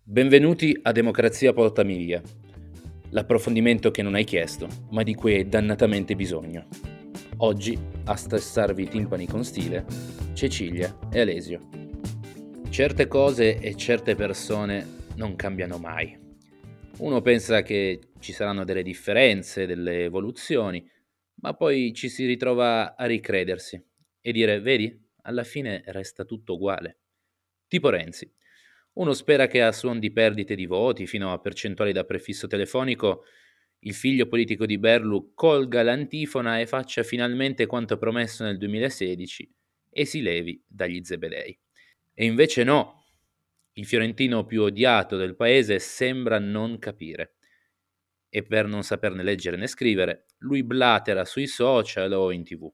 Benvenuti a Democrazia Portamiglia, l'approfondimento che non hai chiesto, ma di cui hai dannatamente bisogno. Oggi, a stressarvi i timpani con stile, Cecilia e Alesio. Certe cose e certe persone non cambiano mai. Uno pensa che ci saranno delle differenze, delle evoluzioni, ma poi ci si ritrova a ricredersi e dire, vedi, alla fine resta tutto uguale. Tipo Renzi. Uno spera che a suon di perdite di voti fino a percentuali da prefisso telefonico il figlio politico di Berlu colga l'antifona e faccia finalmente quanto promesso nel 2016 e si levi dagli zebedei. E invece no, il fiorentino più odiato del paese sembra non capire. E per non saperne leggere né scrivere, lui blatera sui social o in TV.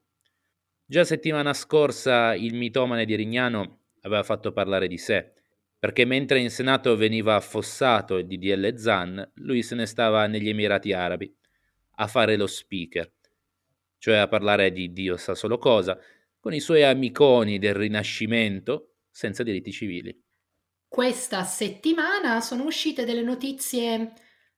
Già settimana scorsa il mitomane di Rignano aveva fatto parlare di sé, perché mentre in Senato veniva affossato il DDL Zan, lui se ne stava negli Emirati Arabi a fare lo speaker, cioè a parlare di Dio sa solo cosa, con i suoi amiconi del Rinascimento senza diritti civili. Questa settimana sono uscite delle notizie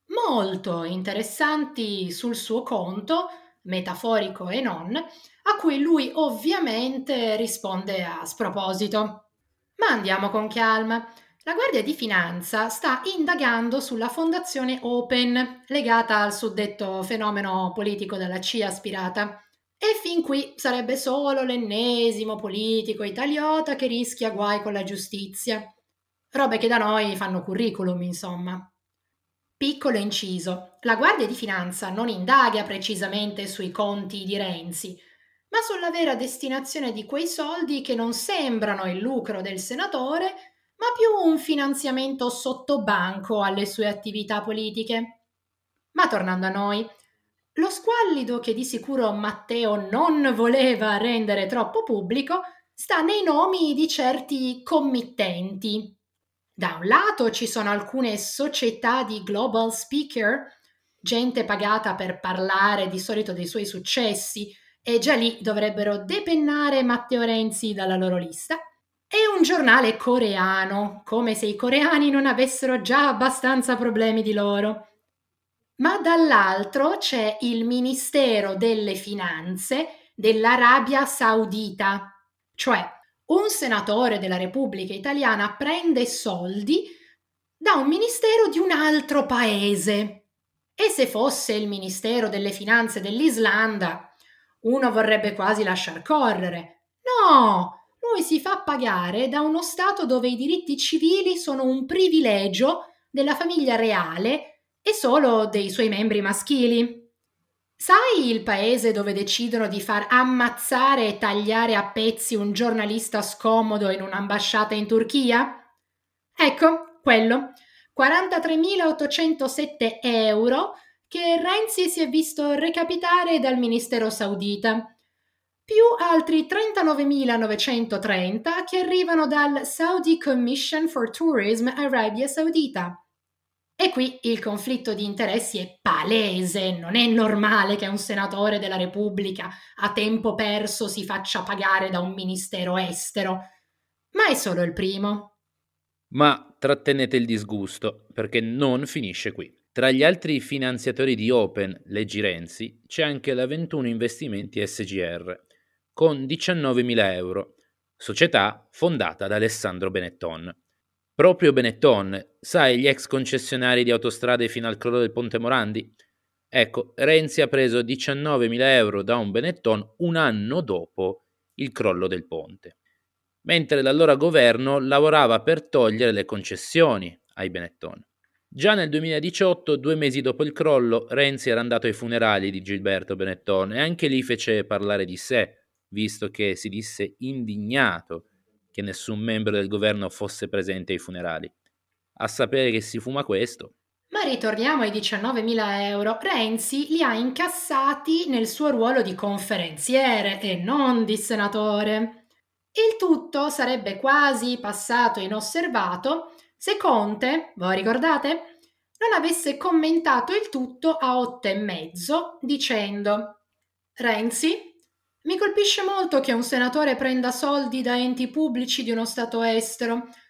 molto interessanti sul suo conto, metaforico e non, a cui lui ovviamente risponde a sproposito. Ma andiamo con calma. La Guardia di Finanza sta indagando sulla fondazione Open, legata al suddetto fenomeno politico della CIA aspirata. E fin qui sarebbe solo l'ennesimo politico italiota che rischia guai con la giustizia. Robe che da noi fanno curriculum, insomma. Piccolo inciso, la Guardia di Finanza non indaga precisamente sui conti di Renzi, ma sulla vera destinazione di quei soldi che non sembrano il lucro del senatore, ma più un finanziamento sottobanco alle sue attività politiche. Ma tornando a noi, lo squallido che di sicuro Matteo non voleva rendere troppo pubblico sta nei nomi di certi committenti. Da un lato ci sono alcune società di global speaker, gente pagata per parlare di solito dei suoi successi, e già lì dovrebbero depennare Matteo Renzi dalla loro lista, e un giornale coreano, come se i coreani non avessero già abbastanza problemi di loro. Ma dall'altro c'è il Ministero delle Finanze dell'Arabia Saudita, cioè un senatore della Repubblica Italiana prende soldi da un ministero di un altro paese. E se fosse il Ministero delle Finanze dell'Islanda, uno vorrebbe quasi lasciar correre. No, lui si fa pagare da uno Stato dove i diritti civili sono un privilegio della famiglia reale e solo dei suoi membri maschili. Sai il paese dove decidono di far ammazzare e tagliare a pezzi un giornalista scomodo in un'ambasciata in Turchia? Ecco, quello. 43.807 euro che Renzi si è visto recapitare dal Ministero Saudita, più altri 39.930 che arrivano dal Saudi Commission for Tourism Arabia Saudita. E qui il conflitto di interessi è palese, non è normale che un senatore della Repubblica a tempo perso si faccia pagare da un ministero estero. Ma è solo il primo. Ma trattenete il disgusto, perché non finisce qui. Tra gli altri finanziatori di Open, leggi Renzi, c'è anche la 21 Investimenti SGR, con 19.000 euro, società fondata da Alessandro Benetton. Proprio Benetton, sai gli ex concessionari di autostrade fino al crollo del Ponte Morandi? Ecco, Renzi ha preso 19.000 euro da un Benetton un anno dopo il crollo del ponte, mentre l'allora governo lavorava per togliere le concessioni ai Benetton. Già nel 2018, 2 mesi dopo il crollo, Renzi era andato ai funerali di Gilberto Benetton e anche lì fece parlare di sé, visto che si disse indignato che nessun membro del governo fosse presente ai funerali. A sapere che si fuma questo. Ma ritorniamo ai 19.000 euro. Renzi li ha incassati nel suo ruolo di conferenziere e non di senatore. Il tutto sarebbe quasi passato inosservato se Conte, voi ricordate, non avesse commentato il tutto a 8,5 dicendo: Renzi, mi colpisce molto che un senatore prenda soldi da enti pubblici di uno Stato estero,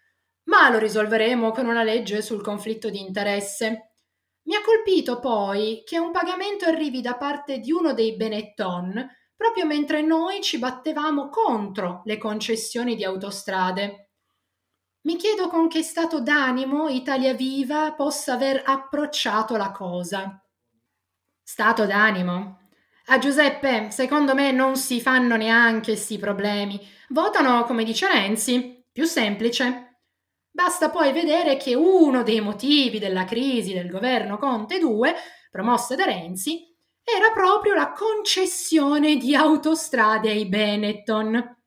ma lo risolveremo con una legge sul conflitto di interesse. Mi ha colpito poi che un pagamento arrivi da parte di uno dei Benetton proprio mentre noi ci battevamo contro le concessioni di autostrade. Mi chiedo con che stato d'animo Italia Viva possa aver approcciato la cosa. Stato d'animo? A Giuseppe, secondo me non si fanno neanche sti problemi. Votano come dice Renzi, più semplice. Basta poi vedere che uno dei motivi della crisi del governo Conte 2, promossa da Renzi, era proprio la concessione di autostrade ai Benetton.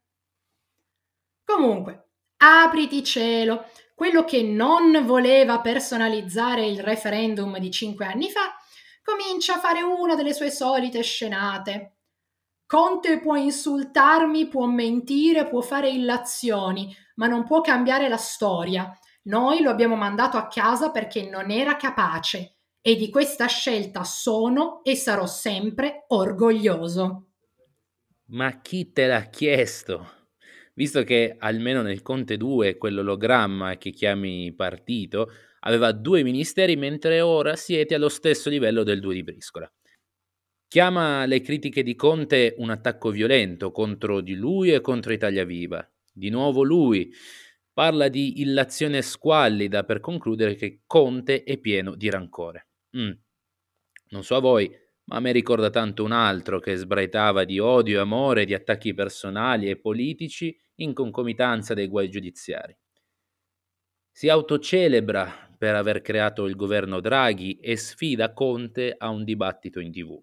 Comunque, apriti cielo, quello che non voleva personalizzare il referendum di 5 anni fa comincia a fare una delle sue solite scenate. Conte può insultarmi, può mentire, può fare illazioni, ma non può cambiare la storia. Noi lo abbiamo mandato a casa perché non era capace e di questa scelta sono e sarò sempre orgoglioso. Ma chi te l'ha chiesto? Visto che almeno nel Conte 2 quell'ologramma che chiami partito aveva 2 ministeri, mentre ora siete allo stesso livello del 2 di Briscola. Chiama le critiche di Conte un attacco violento contro di lui e contro Italia Viva. Di nuovo lui parla di illazione squallida per concludere che Conte è pieno di rancore. Non so a voi, ma a me ricorda tanto un altro che sbraitava di odio e amore, di attacchi personali e politici in concomitanza dei guai giudiziari. Si autocelebra per aver creato il governo Draghi e sfida Conte a un dibattito in TV.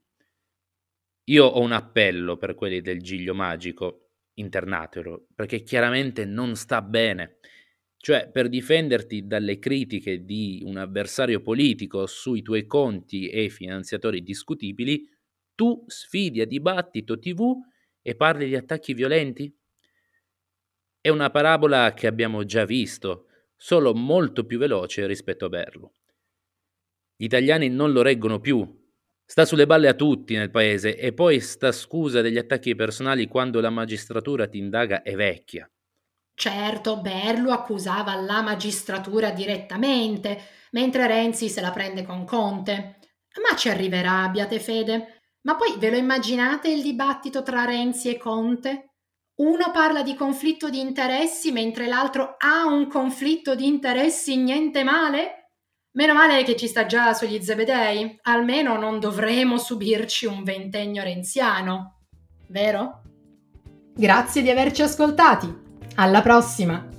Io ho un appello per quelli del Giglio Magico, internatelo, perché chiaramente non sta bene. Cioè, per difenderti dalle critiche di un avversario politico sui tuoi conti e finanziatori discutibili, tu sfidi a dibattito TV e parli di attacchi violenti? È una parabola che abbiamo già visto, solo molto più veloce rispetto a Berlu. Gli italiani non lo reggono più. Sta sulle balle a tutti nel paese e poi sta scusa degli attacchi personali quando la magistratura ti indaga è vecchia. Certo, Berlu accusava la magistratura direttamente, mentre Renzi se la prende con Conte. Ma ci arriverà, abbiate fede. Ma poi ve lo immaginate il dibattito tra Renzi e Conte? Uno parla di conflitto di interessi mentre l'altro ha un conflitto di interessi niente male? Meno male che ci sta già sugli Zebedei, almeno non dovremo subirci un ventennio renziano. Vero? Grazie di averci ascoltati. Alla prossima!